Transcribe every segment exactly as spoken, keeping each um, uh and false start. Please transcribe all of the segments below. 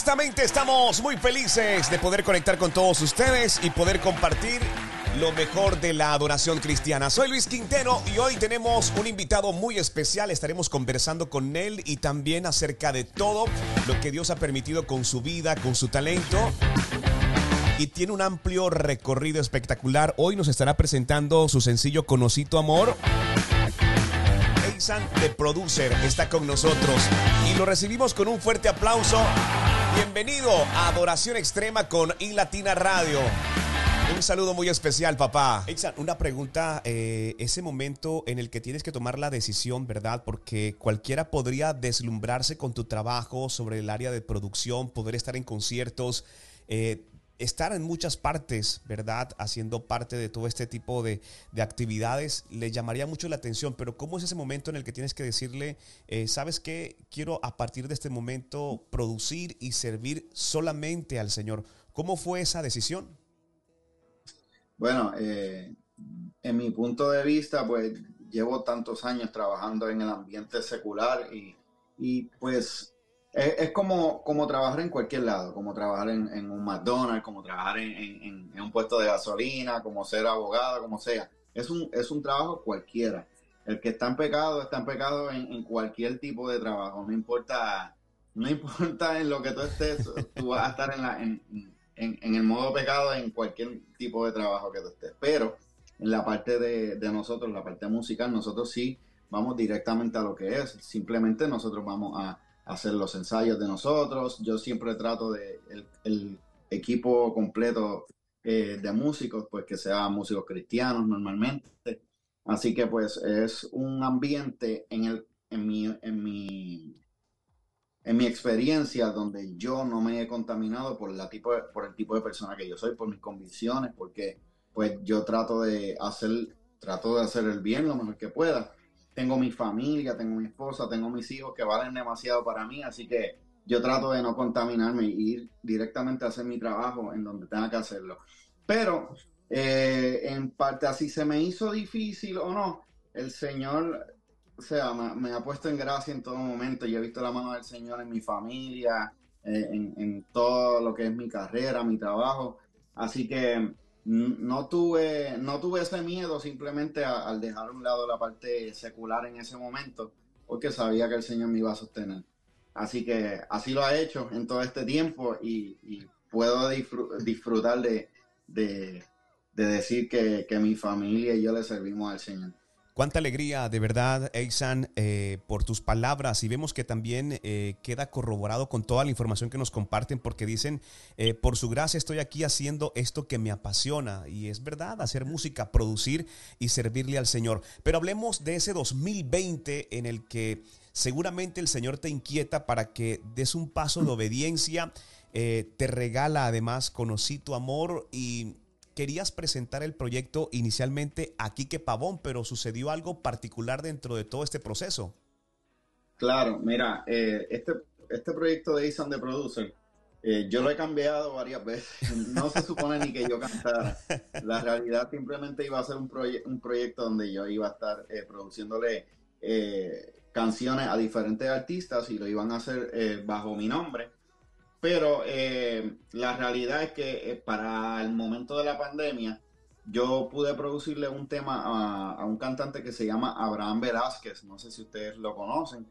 Honestamente estamos muy felices de poder conectar con todos ustedes y poder compartir lo mejor de la adoración cristiana. Soy Luis Quintero y hoy tenemos un invitado muy especial. Estaremos conversando con él y también acerca de todo lo que Dios ha permitido con su vida, con su talento. Y tiene un amplio recorrido espectacular. Hoy nos estará presentando su sencillo Conocí tu amor. Eisan, The Producer, está con nosotros y lo recibimos con un fuerte aplauso. Bienvenido a Adoración Extrema con iLatina Radio. Un saludo muy especial, papá. Eisan, una pregunta, eh, ese momento en el que tienes que tomar la decisión, ¿verdad? Porque cualquiera podría deslumbrarse con tu trabajo sobre el área de producción, poder estar en conciertos, eh, estar en muchas partes, ¿verdad? Haciendo parte de todo este tipo de, de actividades, le llamaría mucho la atención, pero ¿cómo es ese momento en el que tienes que decirle, eh, ¿sabes qué? Quiero a partir de este momento producir y servir solamente al Señor. ¿Cómo fue esa decisión? Bueno, eh, en mi punto de vista, pues llevo tantos años trabajando en el ambiente secular y, y pues es, es como, como trabajar en cualquier lado, como trabajar en, en un McDonald's, como trabajar en, en, en un puesto de gasolina, como ser abogado, como sea. Es un, es un trabajo cualquiera. El que está en pecado, está en pecado en, en cualquier tipo de trabajo. No importa, no importa en lo que tú estés, tú vas a estar en la... En, En, en el modo pecado en cualquier tipo de trabajo que tú estés, pero en la parte de, de nosotros, la parte musical, nosotros sí vamos directamente a lo que es, simplemente nosotros vamos a, a hacer los ensayos de nosotros. Yo siempre trato de el, el equipo completo eh, de músicos, pues que sean músicos cristianos normalmente, así que pues es un ambiente en el en mi, en mi en mi experiencia donde yo no me he contaminado por, la tipo de, por el tipo de persona que yo soy, por mis convicciones, porque pues yo trato de hacer, trato de hacer el bien lo mejor que pueda. Tengo mi familia, tengo mi esposa, tengo mis hijos que valen demasiado para mí, así que yo trato de no contaminarme y ir directamente a hacer mi trabajo en donde tenga que hacerlo. Pero eh, en parte así se me hizo difícil o no, el Señor... O sea, me, me ha puesto en gracia en todo momento. Yo he visto la mano del Señor en mi familia, eh, en, en todo lo que es mi carrera, mi trabajo. Así que no tuve, no tuve ese miedo simplemente a, al dejar a un lado la parte secular en ese momento, porque sabía que el Señor me iba a sostener. Así que así lo ha hecho en todo este tiempo y, y puedo disfr- disfrutar de, de, de decir que, que mi familia y yo le servimos al Señor. Cuánta alegría, de verdad, Eisan, eh, por tus palabras. Y vemos que también eh, queda corroborado con toda la información que nos comparten, porque dicen, eh, por su gracia estoy aquí haciendo esto que me apasiona. Y es verdad, hacer música, producir y servirle al Señor. Pero hablemos de ese dos mil veinte en el que seguramente el Señor te inquieta para que des un paso de obediencia. Eh, te regala además Conocí tu amor y... Querías presentar el proyecto inicialmente a Quique Pavón, pero sucedió algo particular dentro de todo este proceso. Claro, mira, eh, este, este proyecto de Eisan, The Producer, eh, yo lo he cambiado varias veces. No se supone ni que yo cantara. La realidad simplemente iba a ser un, proye- un proyecto donde yo iba a estar eh, produciéndole eh, canciones a diferentes artistas y lo iban a hacer eh, bajo mi nombre. Pero eh, la realidad es que eh, para el momento de la pandemia, yo pude producirle un tema a, a un cantante que se llama Abraham Velázquez. No sé si ustedes lo conocen.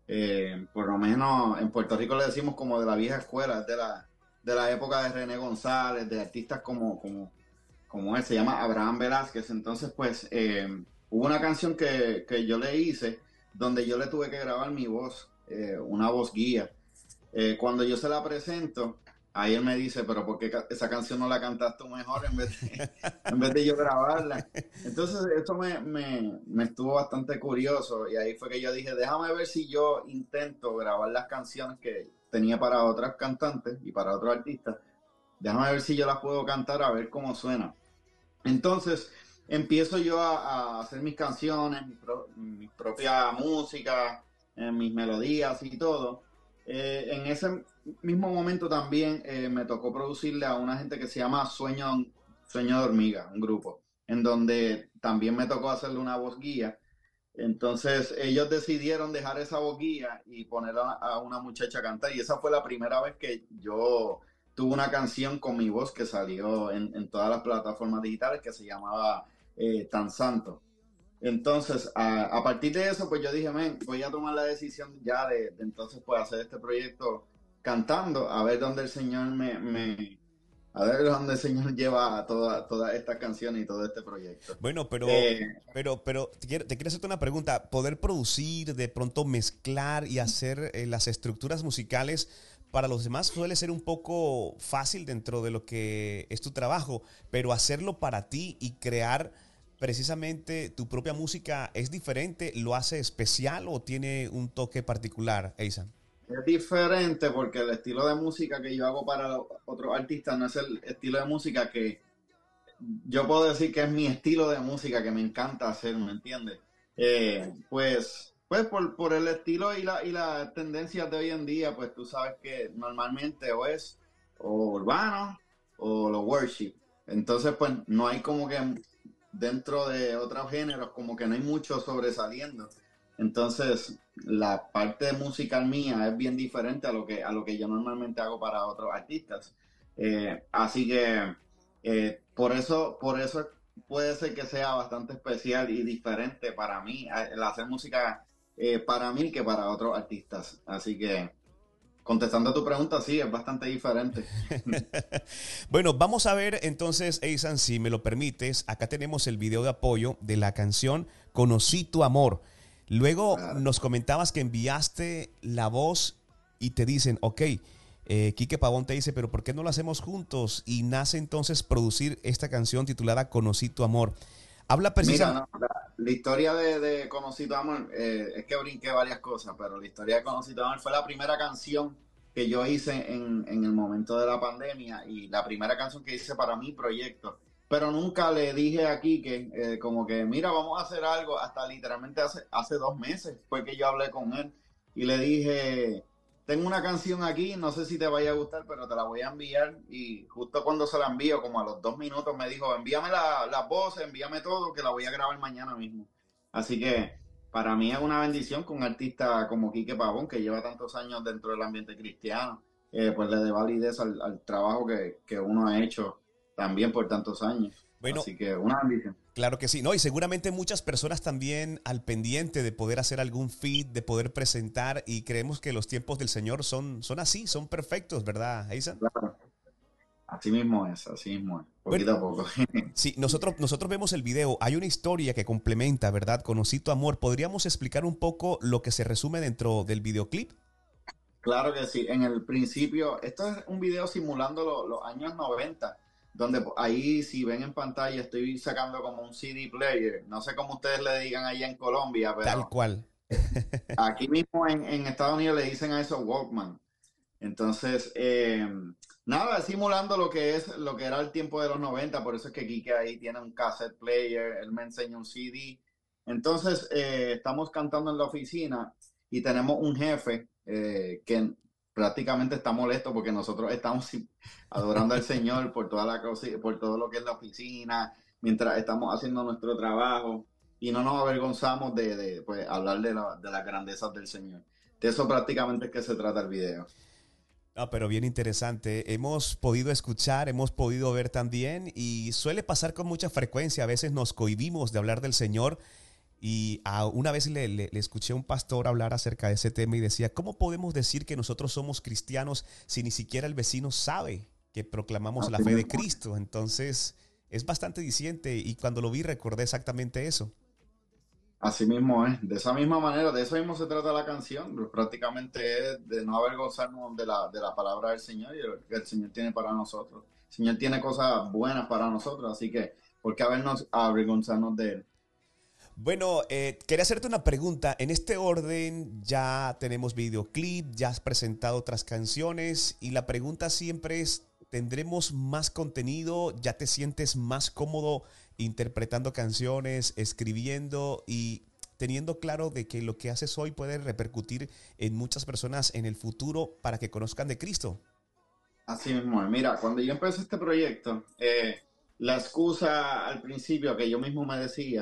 Eh, por lo menos en Puerto Rico le decimos como de la vieja escuela, es de la, de la época de René González, de artistas como, como, como él, se llama Abraham Velázquez. Entonces, pues, eh, hubo una canción que, que yo le hice donde yo le tuve que grabar mi voz, eh, una voz guía. Eh, cuando yo se la presento, ahí él me dice, pero ¿por qué ca- esa canción no la cantaste tú mejor en vez de, en vez de yo grabarla? Entonces eso me, me, me estuvo bastante curioso y ahí fue que yo dije, déjame ver si yo intento grabar las canciones que tenía para otras cantantes y para otros artistas. Déjame ver si yo las puedo cantar a ver cómo suena. Entonces empiezo yo a, a hacer mis canciones, mi, pro, mi propia música, eh, mis melodías y todo. Eh, en ese mismo momento también eh, me tocó producirle a una gente que se llama Sueño, Sueño de Hormiga, un grupo, en donde también me tocó hacerle una voz guía. Entonces ellos decidieron dejar esa boquilla y poner a, a una muchacha a cantar. Y esa fue la primera vez que yo tuve una canción con mi voz que salió en, en todas las plataformas digitales, que se llamaba eh, Tan Santo. Entonces, a, a partir de eso, pues yo dije, men, voy a tomar la decisión ya de, de entonces pues hacer este proyecto cantando, a ver dónde el Señor me, me a ver dónde el Señor lleva todas toda estas canciones y todo este proyecto. Bueno, pero, Eh, pero, pero te quiero, te quiero hacerte una pregunta. Poder producir, de pronto mezclar y hacer eh, las estructuras musicales para los demás suele ser un poco fácil dentro de lo que es tu trabajo, pero hacerlo para ti y crear precisamente tu propia música es diferente, ¿lo hace especial o tiene un toque particular, Eisan? Es diferente porque el estilo de música que yo hago para los otros artistas no es el estilo de música que yo puedo decir que es mi estilo de música que me encanta hacer, ¿me entiendes? Eh, pues pues por, por el estilo y, la, y las tendencias de hoy en día, pues tú sabes que normalmente o es o urbano o lo worship. Entonces, pues no hay como que dentro de otros géneros, como que no hay mucho sobresaliendo. Entonces, la parte musical mía es bien diferente a lo que, a lo que yo normalmente hago para otros artistas. Eh, así que eh, por eso, por eso puede ser que sea bastante especial y diferente para mí, eh, el hacer música eh, para mí que para otros artistas. Así que, contestando a tu pregunta, sí, es bastante diferente. Bueno, vamos a ver entonces, Eisan, si me lo permites. Acá tenemos el video de apoyo de la canción Conocí tu amor. Luego Claro. nos comentabas que enviaste la voz y te dicen, ok, eh, Quique Pavón te dice, pero ¿por qué no lo hacemos juntos? Y nace entonces producir esta canción titulada Conocí tu amor. Habla Mira, precisamente... no, la, la historia de, de Conocido Amor, eh, es que brinqué varias cosas, pero la historia de Conocido Amor fue la primera canción que yo hice en, en el momento de la pandemia y la primera canción que hice para mi proyecto. Pero nunca le dije a Quique, eh, como que, mira, vamos a hacer algo. Hasta literalmente hace, hace dos meses fue que yo hablé con él y le dije, tengo una canción aquí, no sé si te vaya a gustar, pero te la voy a enviar. Y justo cuando se la envío, como a los dos minutos, me dijo, envíame la, las voces, envíame todo, que la voy a grabar mañana mismo. Así que para mí es una bendición que un artista como Quique Pavón, que lleva tantos años dentro del ambiente cristiano, eh, pues le dé validez al, al trabajo que, que uno ha hecho también por tantos años. Bueno, Así que una bendición. claro que sí, ¿no? Y seguramente muchas personas también al pendiente de poder hacer algún feed, de poder presentar, y creemos que los tiempos del Señor son, son así, son perfectos, ¿verdad, Eisan? Claro. Así mismo es, así mismo es, Bueno, poquito a poco. sí, nosotros, nosotros vemos el video, hay una historia que complementa, ¿verdad? Conocí tu amor. ¿Podríamos explicar un poco lo que se resume dentro del videoclip? Claro que sí. En el principio, esto es un video simulando lo- los años noventa, donde po- ahí, si ven en pantalla, estoy sacando como un C D player. No sé cómo ustedes le digan allá en Colombia, Tal pero cual. aquí mismo en, en Estados Unidos le dicen a eso Walkman. Entonces, eh, nada, simulando lo que es, lo que era el tiempo de los noventa. Por eso es que Kike ahí tiene un cassette player, él me enseña un C D. Entonces, eh, estamos cantando en la oficina y tenemos un jefe eh, que prácticamente está molesto porque nosotros estamos sí, adorando al Señor por toda la cosa, por todo lo que es la oficina, mientras estamos haciendo nuestro trabajo y no nos avergonzamos de, de, pues, hablar de, la, de las grandezas del Señor. De eso prácticamente es que se trata el video. No, pero bien interesante. Hemos podido escuchar, hemos podido ver también y suele pasar con mucha frecuencia. A veces nos cohibimos de hablar del Señor y a una vez le, le, le escuché a un pastor hablar acerca de ese tema y decía, ¿cómo podemos decir que nosotros somos cristianos si ni siquiera el vecino sabe que proclamamos la Así fe de mismo. Cristo? Entonces es bastante diciente y cuando lo vi recordé exactamente eso. Así mismo es, de esa misma manera, de eso mismo se trata la canción, pues prácticamente es de no avergonzarnos de la, de la palabra del Señor y lo que el Señor tiene para nosotros. El Señor tiene cosas buenas para nosotros, así que ¿por qué habernos avergonzarnos de Él? Bueno, eh, quería hacerte una pregunta. En este orden ya tenemos videoclip, ya has presentado otras canciones y la pregunta siempre es, ¿tendremos más contenido? ¿Ya te sientes más cómodo interpretando canciones, escribiendo y teniendo claro de que lo que haces hoy puede repercutir en muchas personas en el futuro para que conozcan de Cristo? Así mismo es. Mira, cuando yo empecé este proyecto, eh, la excusa al principio que yo mismo me decía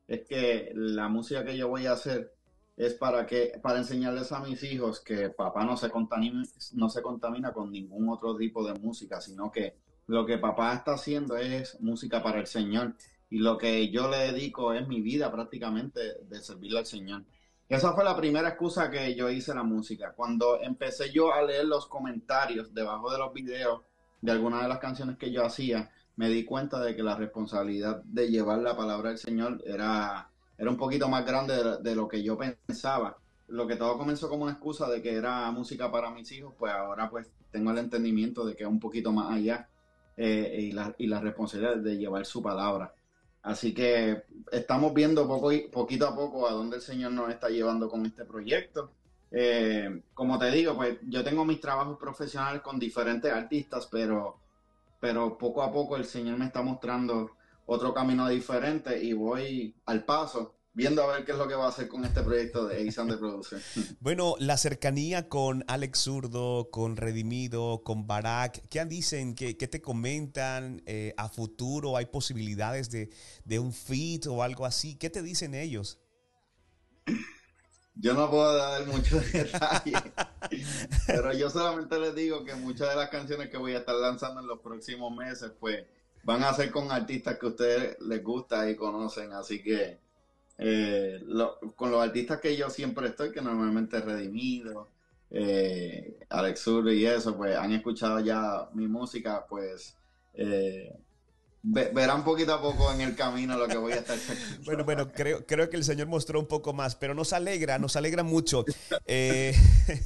es que la música que yo voy a hacer es para que para enseñarles a mis hijos que papá no se contamina, no se contamina con ningún otro tipo de música, sino que lo que papá está haciendo es música para el Señor, y lo que yo le dedico es mi vida prácticamente de servirle al Señor. Esa fue la primera excusa que yo hice la música. Cuando empecé yo a leer los comentarios debajo de los videos de algunas de las canciones que yo hacía, me di cuenta de que la responsabilidad de llevar la palabra del Señor era, era un poquito más grande de, de lo que yo pensaba. Lo que todo comenzó como una excusa de que era música para mis hijos, pues ahora pues tengo el entendimiento de que es un poquito más allá, eh, y, la, y la responsabilidad de llevar su palabra. Así que estamos viendo poco y, poquito a poco a dónde el Señor nos está llevando con este proyecto. Eh, como te digo, pues yo tengo mis trabajos profesionales con diferentes artistas, pero, pero poco a poco el Señor me está mostrando otro camino diferente y voy al paso, viendo a ver qué es lo que va a hacer con este proyecto de Eisan The Producer. Bueno, la cercanía con Alex Zurdo, con Redimido, con Barak, ¿qué dicen? ¿Qué, qué te comentan? Eh, ¿A futuro hay posibilidades de, de un feat o algo así? ¿Qué te dicen ellos? Yo no puedo dar muchos detalles, pero yo solamente les digo que muchas de las canciones que voy a estar lanzando en los próximos meses, pues, van a ser con artistas que a ustedes les gusta y conocen, así que Eh, lo, con los artistas que yo siempre estoy, que normalmente es Redimido, eh, Alex Zurdo y eso, pues han escuchado ya mi música, pues eh, ve, verán poquito a poco en el camino lo que voy a estar sacando. Bueno, bueno, creo, creo que el Señor mostró un poco más, pero nos alegra, nos alegra mucho. Eh,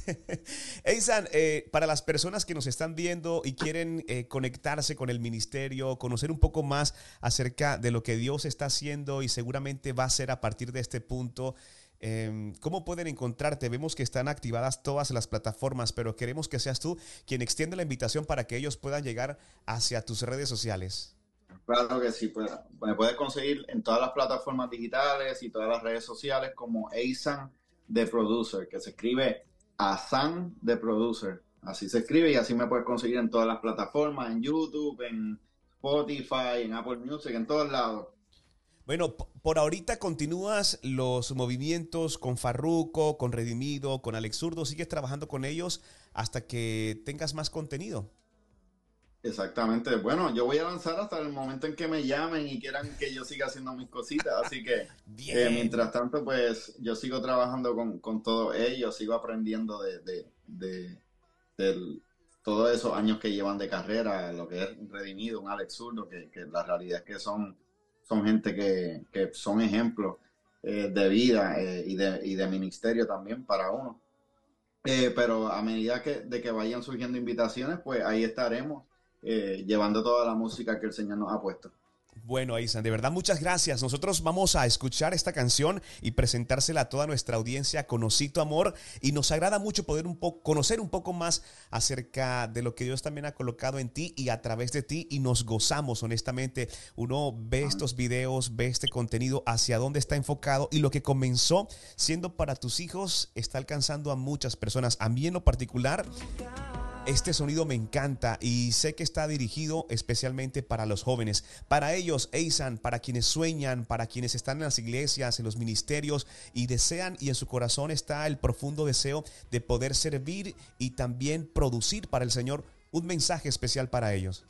Eisan, eh, para las personas que nos están viendo y quieren eh, conectarse con el ministerio, conocer un poco más acerca de lo que Dios está haciendo y seguramente va a ser a partir de este punto, eh, ¿cómo pueden encontrarte? Vemos que están activadas todas las plataformas, pero queremos que seas tú quien extienda la invitación para que ellos puedan llegar hacia tus redes sociales. Claro que sí, pues, me puedes conseguir en todas las plataformas digitales y todas las redes sociales como Eisan The Producer, que se escribe Eisan The Producer. Así se escribe y así me puedes conseguir en todas las plataformas, en YouTube, en Spotify, en Apple Music, en todos lados. Bueno, por ahorita continúas los movimientos con Farruko, con Redimido, con Alex Zurdo. ¿Sigues trabajando con ellos hasta que tengas más contenido? Exactamente. Bueno, yo voy a lanzar hasta el momento en que me llamen y quieran que yo siga haciendo mis cositas. Así que, eh, mientras tanto, pues yo sigo trabajando con, con todos ellos, sigo aprendiendo de, de, de, de todos esos años que llevan de carrera, lo que es Redimido, un Alex Zurdo, que, que la realidad es que son, son gente que, que son ejemplos eh, de vida eh, y, de, y de ministerio también para uno. Eh, pero a medida que, de que vayan surgiendo invitaciones, pues ahí estaremos. Eh, llevando toda la música que el Señor nos ha puesto. Bueno, Eisan, de verdad muchas gracias. Nosotros vamos a escuchar esta canción y presentársela a toda nuestra audiencia con Osito Amor, y nos agrada mucho poder un poco conocer un poco más acerca de lo que Dios también ha colocado en ti y a través de ti, y nos gozamos honestamente. Uno ve estos videos, ve este contenido, hacia dónde está enfocado, y lo que comenzó siendo para tus hijos está alcanzando a muchas personas. A mí en lo particular, este sonido me encanta y sé que está dirigido especialmente para los jóvenes. Para ellos, Eisan, para quienes sueñan, para quienes están en las iglesias, en los ministerios y desean, y en su corazón está el profundo deseo de poder servir y también producir para el Señor, un mensaje especial para ellos.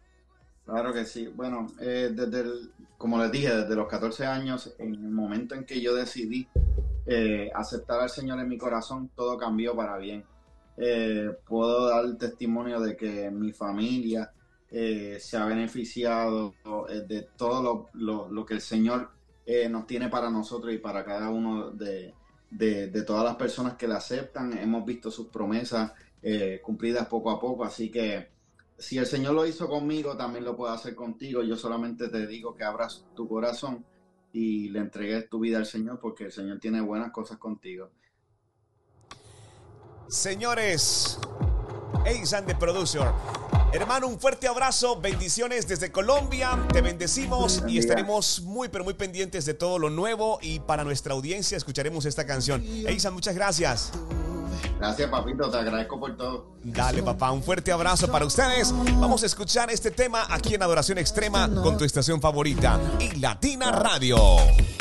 Claro que sí. Bueno, eh, desde el, como les dije, desde los catorce años, en el momento en que yo decidí eh, aceptar al Señor en mi corazón, todo cambió para bien. Eh, puedo dar testimonio de que mi familia eh, se ha beneficiado eh, de todo lo, lo, lo que el Señor eh, nos tiene para nosotros y para cada uno de, de, de todas las personas que le aceptan. Hemos visto sus promesas eh, cumplidas poco a poco, así que si el Señor lo hizo conmigo, también lo puede hacer contigo. Yo solamente te digo que abras tu corazón y le entregues tu vida al Señor, porque el Señor tiene buenas cosas contigo. Señores, Eisan The Producer. Hermano, un fuerte abrazo, bendiciones desde Colombia, te bendecimos y estaremos muy pero muy pendientes de todo lo nuevo, y para nuestra audiencia escucharemos esta canción. Eisan, muchas gracias. Gracias, papito, te agradezco por todo. Dale, papá, un fuerte abrazo para ustedes. Vamos a escuchar este tema aquí en Adoración Extrema con tu estación favorita, iLatina Radio.